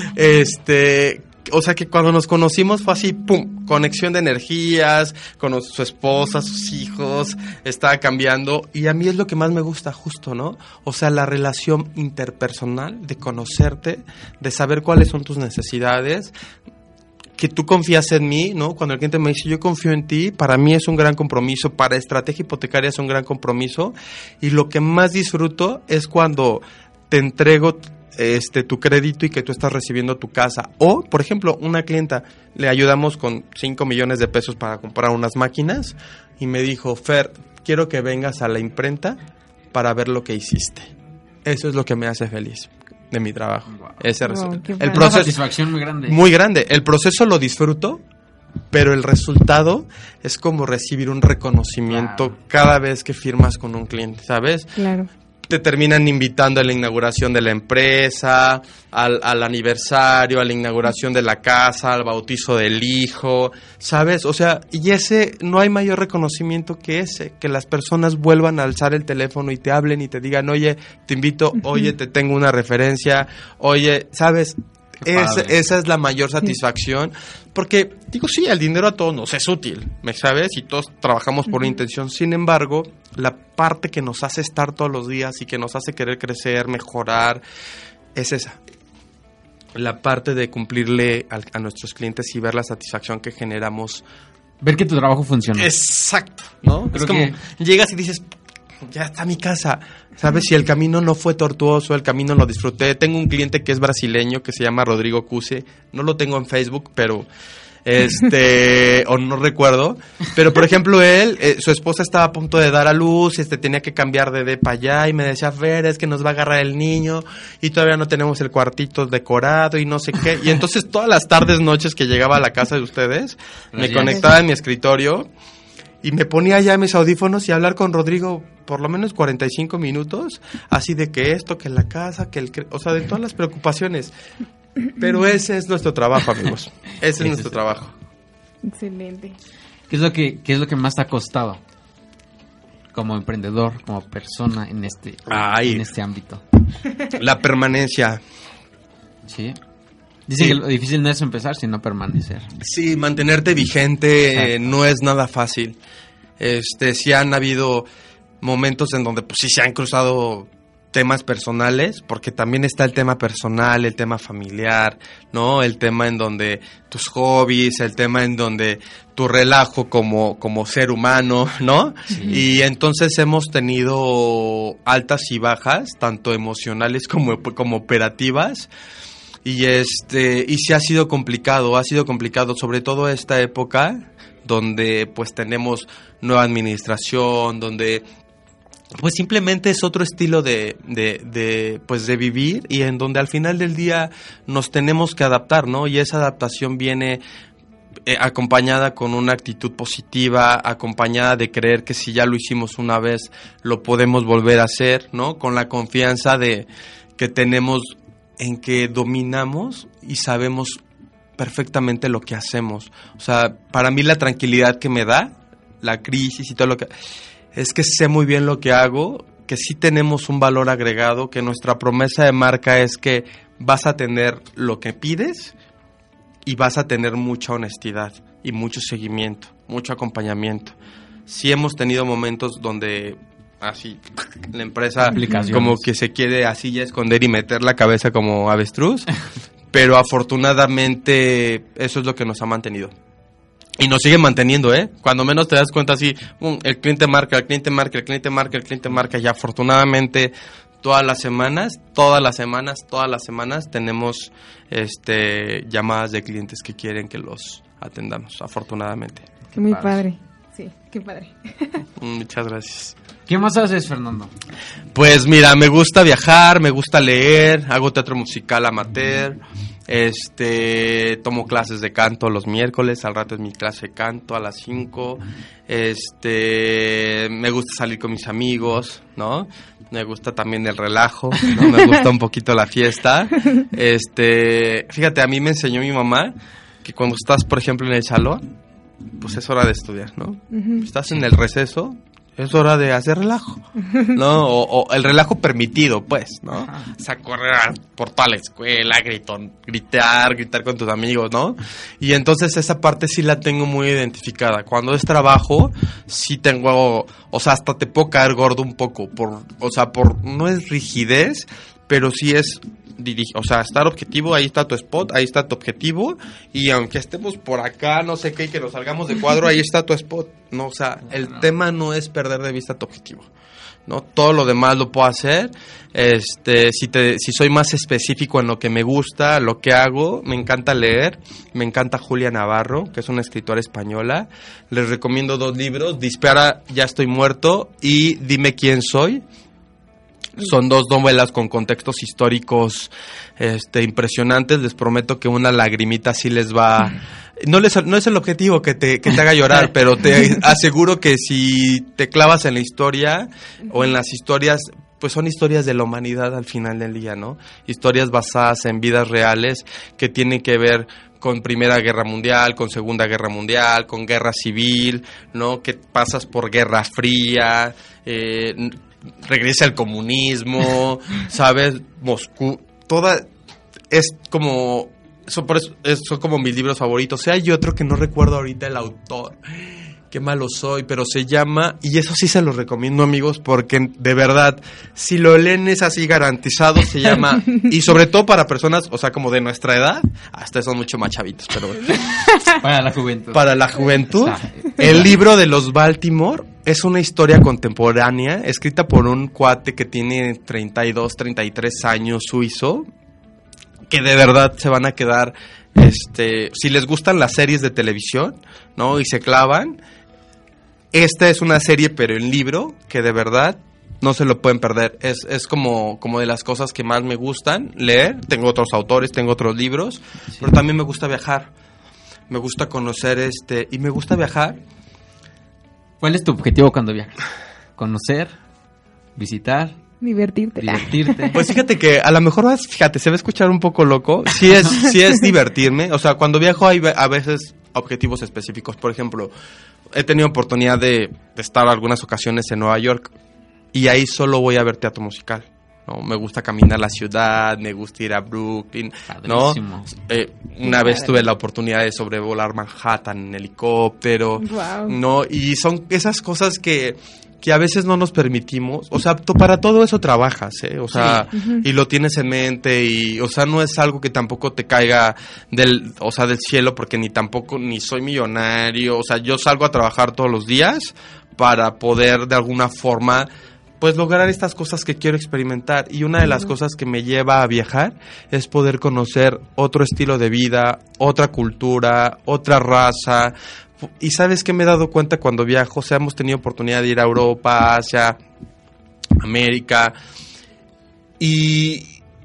este... O sea, que cuando nos conocimos fue así, pum, conexión de energías, con su esposa, sus hijos, estaba cambiando. Y a mí es lo que más me gusta, justo, ¿no? O sea, la relación interpersonal, de conocerte, de saber cuáles son tus necesidades, que tú confías en mí, ¿no? Cuando el cliente me dice, yo confío en ti, para mí es un gran compromiso, para Estrategia Hipotecaria es un gran compromiso. Y lo que más disfruto es cuando te entrego este tu crédito y que tú estás recibiendo tu casa. O, por ejemplo, una clienta, le ayudamos con cinco millones de pesos para comprar unas máquinas y me dijo, Fer, quiero que vengas a la imprenta para ver lo que hiciste. Eso es lo que me hace feliz de mi trabajo. Wow. Ese wow, el proceso, una satisfacción muy grande. Muy grande. El proceso lo disfruto, pero el resultado es como recibir un reconocimiento, claro, cada vez que firmas con un cliente, ¿sabes? Claro. te terminan invitando a la inauguración de la empresa, al, al aniversario, a la inauguración de la casa, al bautizo del hijo, ¿sabes? O sea, y ese, no hay mayor reconocimiento que ese, que las personas vuelvan a alzar el teléfono y te hablen y te digan, oye, te invito, oye, te tengo una referencia, oye, ¿sabes? Es, esa es la mayor satisfacción, porque, digo, sí, el dinero a todos nos es útil, ¿me sabes? Y todos trabajamos por una intención. Sin embargo, la parte que nos hace estar todos los días y que nos hace querer crecer, mejorar, es esa. La parte de cumplirle a, a nuestros clientes y ver la satisfacción que generamos. Ver que tu trabajo funciona. Exacto, ¿no? Creo es como, que... llegas y dices, ya está mi casa, ¿sabes? Si el camino no fue tortuoso, el camino lo disfruté. Tengo un cliente que es brasileño, que se llama Rodrigo Cuse, no lo tengo en Facebook, pero, este, o no recuerdo, pero por ejemplo él, eh, su esposa estaba a punto de dar a luz, este, tenía que cambiar de depa allá, y me decía, Fer, es que nos va a agarrar el niño, y todavía no tenemos el cuartito decorado, y no sé qué, y entonces todas las tardes, noches que llegaba a la casa de ustedes, me conectaba en mi escritorio, y me ponía ya mis audífonos y a hablar con Rodrigo por lo menos cuarenta y cinco minutos, así de que esto, que la casa, que el... O sea, de todas las preocupaciones. Pero ese es nuestro trabajo, amigos. Ese es, es nuestro trabajo. Excelente. ¿Qué es lo que, qué es lo que más te ha costado como emprendedor, como persona en este, Ay, en este ámbito? La permanencia. Sí. Dicen sí. que lo difícil no es empezar, sino permanecer. Sí, mantenerte vigente eh, no es nada fácil. Este, sí han habido momentos en donde pues sí se han cruzado temas personales, porque también está el tema personal, el tema familiar, ¿no? El tema en donde tus hobbies, el tema en donde tu relajo como, como ser humano, ¿no? Sí. Y entonces hemos tenido altas y bajas, tanto emocionales como, como operativas. Y este y sí ha sido complicado, ha sido complicado, sobre todo esta época donde pues tenemos nueva administración, donde pues simplemente es otro estilo de, de, de pues de vivir, y en donde al final del día nos tenemos que adaptar, ¿no? Y esa adaptación viene eh, acompañada con una actitud positiva, acompañada de creer que si ya lo hicimos una vez lo podemos volver a hacer, ¿no? Con la confianza de que tenemos en que dominamos y sabemos perfectamente lo que hacemos. O sea, para mí la tranquilidad que me da la crisis y todo lo que... es que sé muy bien lo que hago, que sí tenemos un valor agregado, que nuestra promesa de marca es que vas a tener lo que pides y vas a tener mucha honestidad y mucho seguimiento, mucho acompañamiento. Sí hemos tenido momentos donde... así, la empresa como que se quiere así ya esconder y meter la cabeza como avestruz, pero afortunadamente eso es lo que nos ha mantenido. Y nos sigue manteniendo, ¿eh? Cuando menos te das cuenta así, um, el cliente marca, el cliente marca, el cliente marca, el cliente marca, y afortunadamente todas las semanas, todas las semanas, todas las semanas tenemos este llamadas de clientes que quieren que los atendamos, afortunadamente. Qué muy padre. Sí, qué padre. Muchas gracias. ¿Qué más haces, Fernando? Pues mira, me gusta viajar, me gusta leer, hago teatro musical amateur, este, tomo clases de canto los miércoles, al rato es mi clase de canto a las cinco, este, me gusta salir con mis amigos, ¿no? Me gusta también el relajo, ¿no? Me gusta un poquito la fiesta. Este, fíjate, a mí me enseñó mi mamá que cuando estás, por ejemplo, en el salón, pues es hora de estudiar, ¿no? Uh-huh. Estás en el receso, es hora de hacer relajo, ¿no? O, o el relajo permitido, pues, ¿no? O sea, correr por toda la escuela, gritón, gritar, gritar con tus amigos, ¿no? Y entonces esa parte sí la tengo muy identificada. Cuando es trabajo, sí tengo, o sea, hasta te puedo caer gordo un poco, por, o sea, por, no es rigidez, pero sí es... dirige, o sea, estar objetivo, ahí está tu spot, ahí está tu objetivo, y aunque estemos por acá, no sé qué, y que nos salgamos de cuadro, ahí está tu spot, no, o sea, el no. tema no es perder de vista tu objetivo, ¿no? Todo lo demás lo puedo hacer, este, si te, si soy más específico en lo que me gusta, lo que hago, me encanta leer, me encanta Julia Navarro, que es una escritora española, les recomiendo dos libros, Dispara, ya estoy muerto, y Dime quién soy. Son dos novelas con contextos históricos este, impresionantes. Les prometo que una lagrimita sí les va... No, les, no es el objetivo que te, que te haga llorar, pero te aseguro que si te clavas en la historia o en las historias, pues son historias de la humanidad al final del día, ¿no? Historias basadas en vidas reales que tienen que ver con Primera Guerra Mundial, con Segunda Guerra Mundial, con Guerra Civil, ¿no? Que pasas por Guerra Fría, eh, regresa el comunismo, ¿sabes? Moscú, toda, es como, son, por eso, es, son como mis libros favoritos. O sea, hay otro que no recuerdo ahorita el autor. Qué malo soy, pero se llama, y eso sí se los recomiendo, amigos, porque de verdad, si lo leen es así garantizado, se llama, y sobre todo para personas, o sea, como de nuestra edad, hasta son mucho más chavitos, pero para la juventud. Para la juventud, el libro de los Baltimore es una historia contemporánea, escrita por un cuate que tiene treinta y dos, treinta y tres años, suizo, que de verdad se van a quedar, este, si les gustan las series de televisión, ¿no? Y se clavan. Esta es una serie, pero en libro, que de verdad no se lo pueden perder. Es, es como, como de las cosas que más me gustan leer. Tengo otros autores, tengo otros libros, sí. Pero también me gusta viajar. Me gusta conocer, este, y me gusta viajar. ¿Cuál es tu objetivo cuando viajas? ¿Conocer? ¿Visitar? Divertirte. Divertirte. Pues fíjate que a lo mejor, fíjate, se va a escuchar un poco loco. Sí es, sí es divertirme. O sea, cuando viajo hay a veces objetivos específicos. Por ejemplo, he tenido oportunidad de, de estar algunas ocasiones en Nueva York y ahí solo voy a ver teatro musical, ¿no? Me gusta caminar la ciudad, me gusta ir a Brooklyn, ¿no? Eh, una vez tuve la oportunidad de sobrevolar Manhattan en helicóptero, wow. ¿No? Y son esas cosas que... que a veces no nos permitimos, o sea, to, para todo eso trabajas, ¿eh? O sea, sí. Uh-huh. Y lo tienes en mente y, o sea, no es algo que tampoco te caiga del, o sea, del cielo, porque ni tampoco, ni soy millonario, o sea, yo salgo a trabajar todos los días para poder de alguna forma, pues, lograr estas cosas que quiero experimentar. Y una de las uh-huh. cosas que me lleva a viajar es poder conocer otro estilo de vida, otra cultura, otra raza. Y ¿sabes qué me he dado cuenta cuando viajo? O sea, hemos tenido oportunidad de ir a Europa, Asia, América. Y,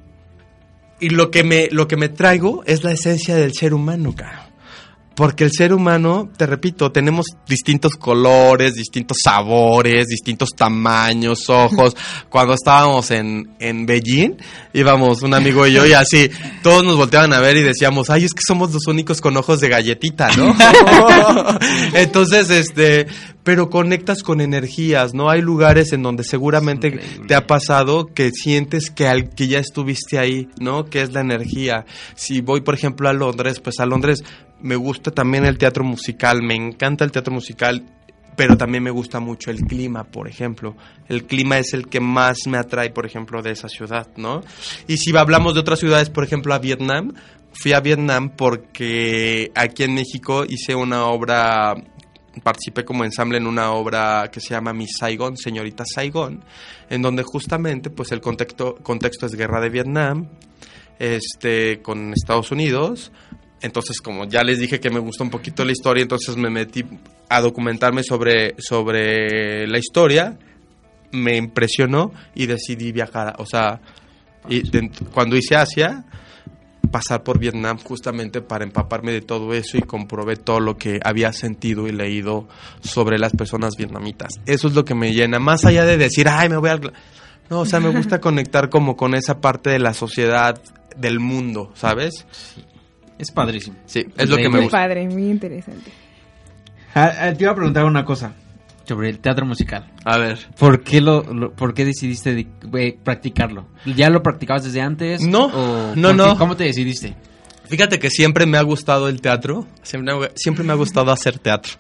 y lo que me, lo que me traigo es la esencia del ser humano, cara. Porque el ser humano, te repito, tenemos distintos colores, distintos sabores, distintos tamaños, ojos. Cuando estábamos en, en Beijing, íbamos un amigo y yo y así, todos nos volteaban a ver y decíamos, ay, es que somos los únicos con ojos de galletita, ¿no? Entonces, este, pero conectas con energías, ¿no? Hay lugares en donde seguramente te ha pasado que sientes que, al, que ya estuviste ahí, ¿no? Que es la energía. Si voy, por ejemplo, a Londres, pues a Londres me gusta también el teatro musical, me encanta el teatro musical, pero también me gusta mucho el clima, por ejemplo. El clima es el que más me atrae, por ejemplo, de esa ciudad, ¿no? Y si hablamos de otras ciudades, por ejemplo, a Vietnam, fui a Vietnam porque aquí en México hice una obra, participé como ensamble en una obra que se llama Miss Saigon, Señorita Saigón, en donde justamente pues el contexto, contexto es guerra de Vietnam, este, con Estados Unidos. Entonces, como ya les dije que me gustó un poquito la historia, entonces me metí a documentarme sobre, sobre la historia, me impresionó y decidí viajar. O sea, y de, cuando hice Asia, pasar por Vietnam justamente para empaparme de todo eso y comprobé todo lo que había sentido y leído sobre las personas vietnamitas. Eso es lo que me llena, más allá de decir, ay, me voy al... No, o sea, me gusta conectar como con esa parte de la sociedad, del mundo, ¿sabes? Sí. Es padrísimo. Sí, es lo que me gusta. Muy padre, muy interesante. Ah, ah, te iba a preguntar una cosa sobre el teatro musical. A ver. ¿Por qué lo, lo por qué decidiste de, eh, practicarlo? ¿Ya lo practicabas desde antes? No, o no, no. ¿Cómo te decidiste? Fíjate que siempre me ha gustado el teatro, siempre, siempre me ha gustado hacer teatro.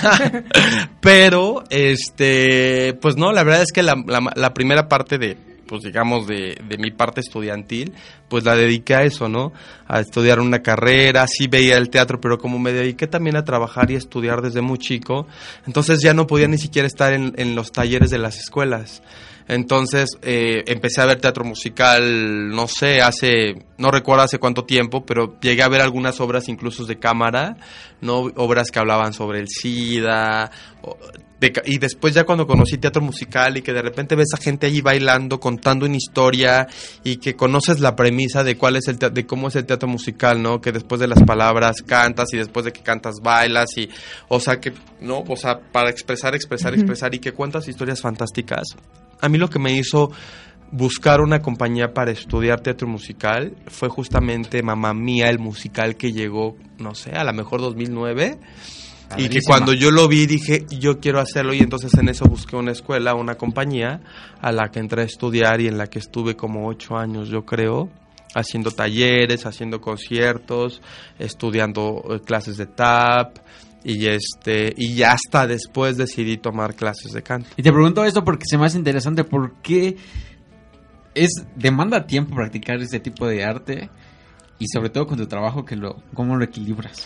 Pero, este, pues no, la verdad es que la, la, la primera parte de, pues digamos, de, de mi parte estudiantil, pues la dediqué a eso, ¿no? A estudiar una carrera, sí veía el teatro, pero como me dediqué también a trabajar y a estudiar desde muy chico, entonces ya no podía ni siquiera estar en, en los talleres de las escuelas. Entonces eh, empecé a ver teatro musical, no sé, hace, no recuerdo hace cuánto tiempo, pero llegué a ver algunas obras incluso de cámara, ¿no? Obras que hablaban sobre el SIDA, o, de, y después ya cuando conocí teatro musical y que de repente ves a gente allí bailando, contando una historia y que conoces la premisa premisa de cuál es el te- de cómo es el teatro musical, ¿no? Que después de las palabras cantas y después de que cantas bailas y, o sea, que, ¿no? O sea, para expresar, expresar, uh-huh. expresar y que cuentas historias fantásticas. A mí lo que me hizo buscar una compañía para estudiar teatro musical fue justamente Mamma Mía, el musical que llegó, no sé, a lo mejor dos mil nueve. Y que cuando yo lo vi dije, yo quiero hacerlo, y entonces en eso busqué una escuela, una compañía a la que entré a estudiar y en la que estuve como ocho años, yo creo, haciendo talleres, haciendo conciertos, estudiando eh, clases de tap, y este y ya hasta después decidí tomar clases de canto. Y te pregunto esto porque se me hace interesante, ¿por qué es demanda tiempo practicar este tipo de arte? Y sobre todo con tu trabajo, que lo ¿cómo lo equilibras?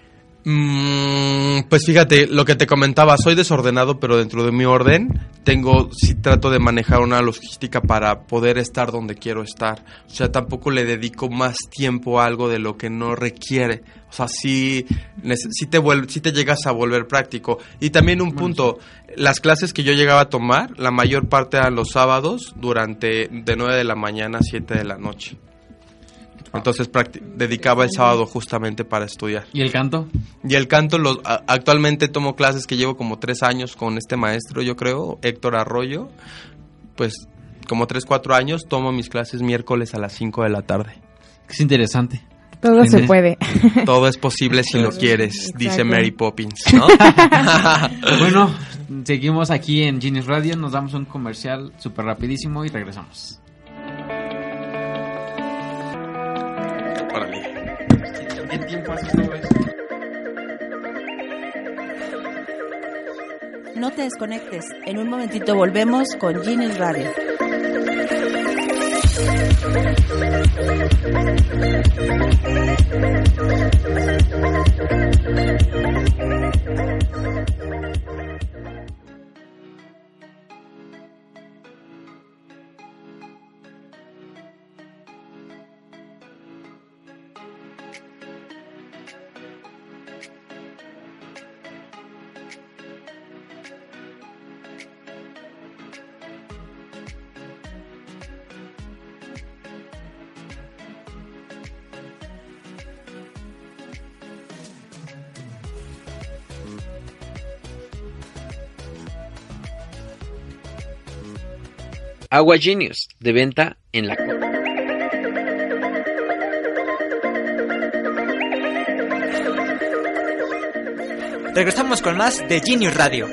Mm, pues fíjate, lo que te comentaba, soy desordenado, pero dentro de mi orden tengo, sí trato de manejar una logística para poder estar donde quiero estar. O sea, tampoco le dedico más tiempo a algo de lo que no requiere. O sea, sí, sí, te, vuel- sí te llegas a volver práctico. Y también un punto, las clases que yo llegaba a tomar, la mayor parte eran los sábados, durante de nueve de la mañana a siete de la noche. Entonces practi- dedicaba el sábado justamente para estudiar. ¿Y el canto? Y el canto, los, a, actualmente tomo clases que llevo como tres años con este maestro, yo creo, Héctor Arroyo. Pues como tres, cuatro años tomo mis clases miércoles a las cinco de la tarde. Es interesante. Todo se puede. Todo es posible si lo quieres, Exacto. dice Mary Poppins, ¿no? Bueno, seguimos aquí en Genius Radio, nos damos un comercial súper rapidísimo y regresamos. ¿Qué tiempo haces todo eso? No te desconectes. En un momentito volvemos con Genius Radio. Agua Genius, de venta en la Copa. Regresamos con más de Genius Radio.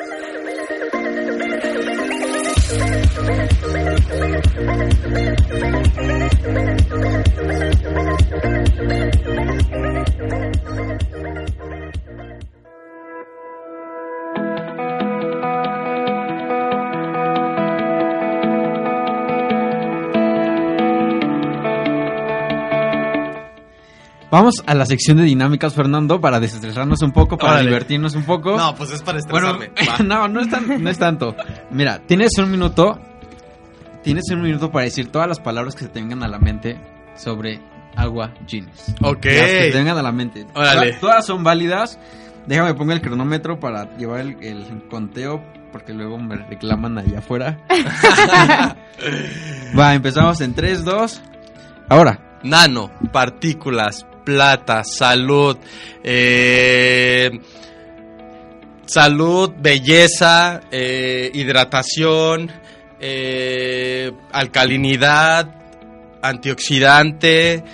Vamos a la sección de dinámicas, Fernando, para desestresarnos un poco, para Órale. divertirnos un poco. No, pues es para estresarme. Bueno, no, no es, tan, no es tanto. Mira, tienes un minuto, tienes un minuto para decir todas las palabras que se te vengan a la mente sobre Agua Genius. Ok. Las que te vengan a la mente. Órale. Todas, todas son válidas. Déjame pongo el cronómetro para llevar el, el conteo, porque luego me reclaman allá afuera. Va, empezamos en tres, dos. Ahora. Nano, partículas, plata, salud, eh, salud, belleza, eh, hidratación, eh, alcalinidad, antioxidante,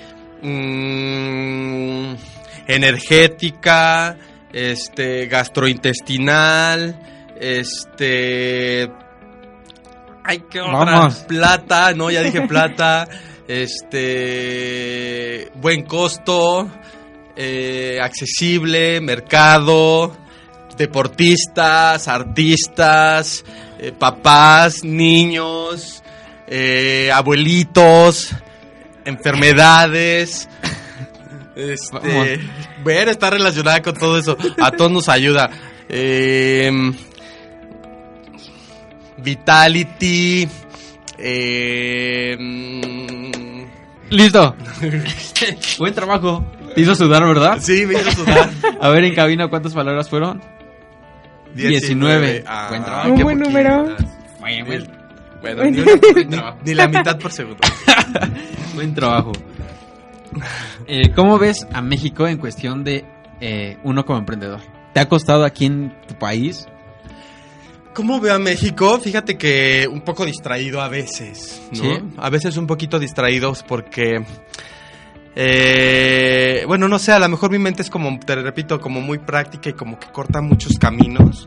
mmm, energética, este, gastrointestinal, este, ay, qué otra, Vamos. plata, no, ya dije plata. Este, buen costo, eh, accesible, mercado, deportistas, artistas, eh, papás, niños, eh, abuelitos, enfermedades. Este, ver, está relacionada con todo eso. A todos nos ayuda. Eh, Vitality. Eh, Listo. Buen trabajo. Te hizo sudar, ¿verdad? Sí, me hizo sudar. A ver, en cabina, ¿cuántas palabras fueron? diecinueve. Ah, Buen trabajo. Un qué buen poquitas. número. Bueno, bueno. Bueno, ni, ni- ni la mitad por segundo. Buen trabajo. Eh, ¿Cómo ves a México en cuestión de eh, uno como emprendedor? ¿Te ha costado aquí en tu país? ¿Cómo veo a México? Fíjate que un poco distraído a veces, ¿no? ¿Sí? A veces un poquito distraídos porque... Eh, bueno, no sé, a lo mejor mi mente es como, te repito, como muy práctica y como que corta muchos caminos,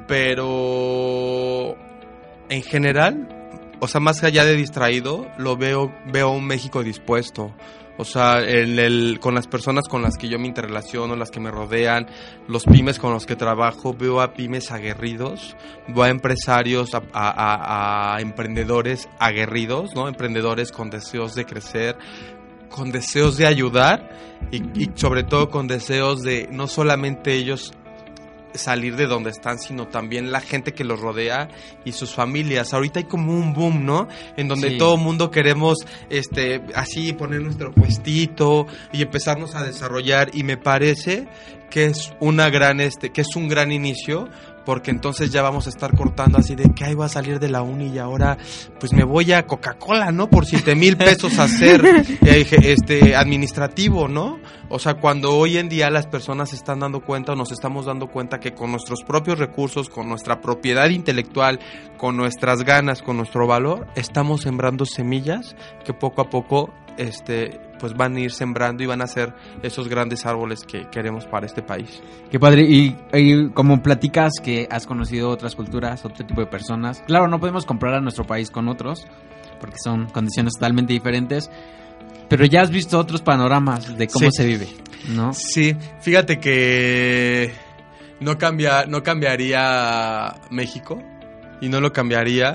pero en general, o sea, más allá de distraído, lo veo, veo un México dispuesto. O sea, el, el, con las personas con las que yo me interrelaciono, las que me rodean, los pymes con los que trabajo, veo a pymes aguerridos, veo a empresarios, a, a, a, a emprendedores aguerridos, ¿no? Emprendedores con deseos de crecer, con deseos de ayudar y, y sobre todo con deseos de no solamente ellos salir de donde están, sino también la gente que los rodea y sus familias. Ahorita hay como un boom, ¿no? En donde sí. todo mundo queremos este así poner nuestro puestito y empezarnos a desarrollar, y me parece que es una gran este que es un gran inicio, porque entonces ya vamos a estar cortando así de que ahí va a salir de la uni y ahora pues me voy a Coca-Cola, ¿no? Por siete mil pesos a hacer eh, este administrativo, ¿no? O sea, cuando hoy en día las personas se están dando cuenta o nos estamos dando cuenta que con nuestros propios recursos, con nuestra propiedad intelectual, con nuestras ganas, con nuestro valor, estamos sembrando semillas que poco a poco este pues van a ir sembrando y van a ser esos grandes árboles que queremos para este país. Qué padre. Y, y como platicas que has conocido otras culturas, otro tipo de personas, claro, no podemos comparar a nuestro país con otros porque son condiciones totalmente diferentes, pero ya has visto otros panoramas de cómo sí. se vive, ¿no? Sí, fíjate que no cambia, no cambiaría México y no lo cambiaría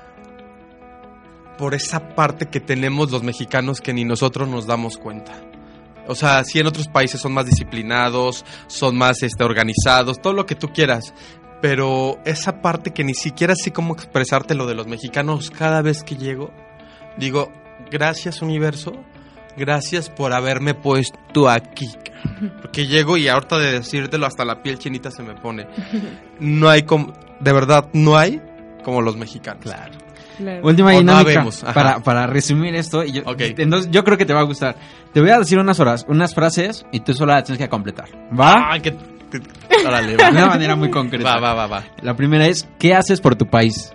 por esa parte que tenemos los mexicanos que ni nosotros nos damos cuenta. O sea, sí, en otros países son más disciplinados, son más este, organizados, todo lo que tú quieras, pero esa parte que ni siquiera sé cómo expresarte lo de los mexicanos, cada vez que llego, digo, gracias universo, gracias por haberme puesto aquí. Porque llego y ahorita de decírtelo hasta la piel chinita se me pone. No hay como, de verdad, no hay como los mexicanos. Claro. Claro. Última o dinámica no para, para resumir esto y yo, okay. entonces yo creo que te va a gustar. Te voy a decir unas horas, unas frases y tú solo las tienes que completar. ¿Va? Ah, que, que, órale, va. De una manera muy concreta. Va, va, va, va. La primera es, ¿qué haces por tu país?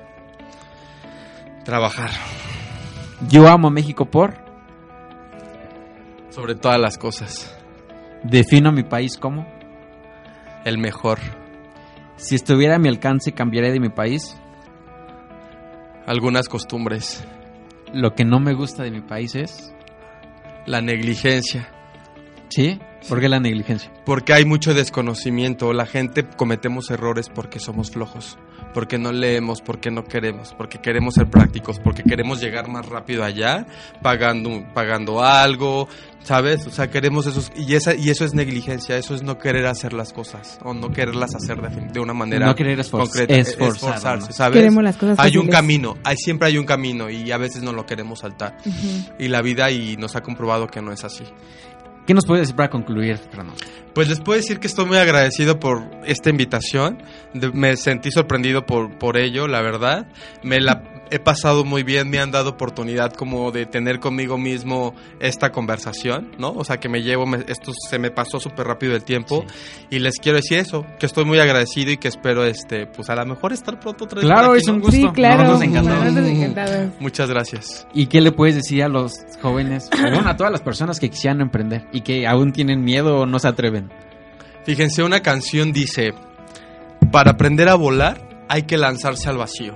Trabajar. Yo amo a México por... Sobre todas las cosas. Defino a mi país como... El mejor. Si estuviera a mi alcance, ¿cambiaría de mi país? Algunas costumbres. Lo que no me gusta de mi país es... La negligencia. ¿Sí? ¿Por qué la negligencia? Porque hay mucho desconocimiento. La gente cometemos errores porque somos flojos, porque no leemos, porque no queremos, porque queremos ser prácticos, porque queremos llegar más rápido allá, pagando pagando algo, ¿sabes? O sea, queremos esos... Y, esa, y eso es negligencia, eso es no querer hacer las cosas, o no quererlas hacer de, de una manera no querer esforz- concreta. Esforzar, esforzarse, ¿no? ¿sabes? Queremos las cosas hay fáciles. un camino, hay, siempre hay un camino, y a veces no lo queremos saltar. Uh-huh. Y la vida y nos ha comprobado que no es así. ¿Qué nos puedes decir para concluir, Fernando? Pues les puedo decir que estoy muy agradecido por esta invitación. De, me sentí sorprendido por, por ello, la verdad. Me la he pasado muy bien, me han dado oportunidad como de tener conmigo mismo esta conversación, ¿no? O sea, que me llevo, me, esto se me pasó súper rápido el tiempo. Sí. Y les quiero decir eso, que estoy muy agradecido y que espero, este, pues a lo mejor estar pronto otra vez. Claro, aquí, es un ¿no? gusto. Sí, claro. Nosotros encantados. Nosotros encantados. Muchas gracias. ¿Y qué le puedes decir a los jóvenes, bueno, a todas las personas que quisieran emprender y que aún tienen miedo o no se atreven? Fíjense, una canción dice, para aprender a volar hay que lanzarse al vacío.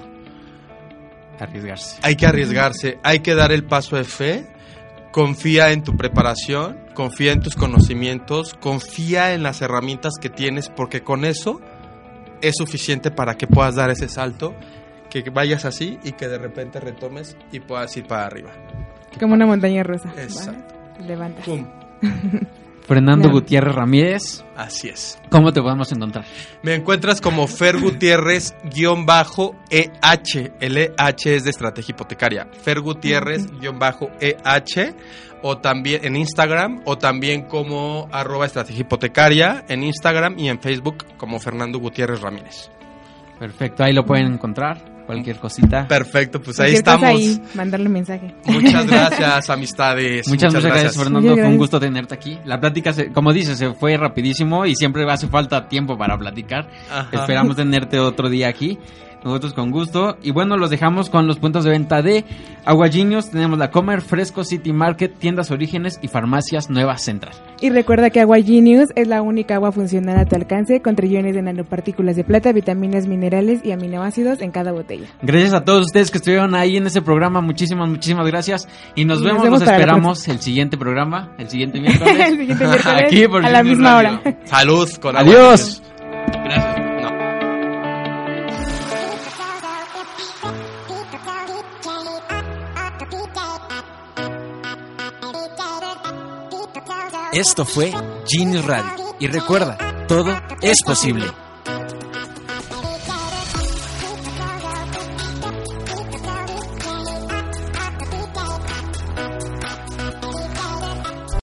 Arriesgarse. Hay que arriesgarse, hay que dar el paso de fe, confía en tu preparación, confía en tus conocimientos, confía en las herramientas que tienes, porque con eso es suficiente para que puedas dar ese salto, que vayas así y que de repente retomes y puedas ir para arriba. Como una montaña rusa. Exacto. ¿Vale? Levanta. Pum. Fernando Claro. Gutiérrez Ramírez, Así es. ¿cómo te podemos encontrar? Me encuentras como Fer Gutiérrez guión bajo E H. El E H es de estrategia hipotecaria. Fer Gutiérrez guión bajo E H. O también en Instagram, o también como arroba estrategia hipotecaria en Instagram y en Facebook como Fernando Gutiérrez Ramírez. Perfecto, ahí lo pueden encontrar. cualquier cosita. Perfecto, pues ahí Cualquier cosa estamos. ahí, mandarle mensaje. Muchas gracias, amistades. Muchas, muchas gracias, Fernando. Muchas Fue un gracias. gusto tenerte aquí. La plática, se- como dices, se fue rapidísimo y siempre hace falta tiempo para platicar. Ajá. Esperamos tenerte otro día aquí. Nosotros con gusto. Y bueno, los dejamos con los puntos de venta de Agua Genius. Tenemos la Comer, Fresco, City Market, Tiendas Orígenes y Farmacias Nueva Central. Y recuerda que Agua Genius es la única agua funcional a tu alcance con trillones de nanopartículas de plata, vitaminas, minerales y aminoácidos en cada botella. Gracias a todos ustedes que estuvieron ahí en ese programa. Muchísimas, muchísimas gracias. Y nos Y nos vemos, vemos nos para la esperamos el siguiente programa, el siguiente miércoles. El siguiente miércoles Aquí por a la Genius misma Radio. hora. Salud con Agua Adiós. Genius. Gracias. No. Esto fue Genius Radio. Y recuerda, todo es posible.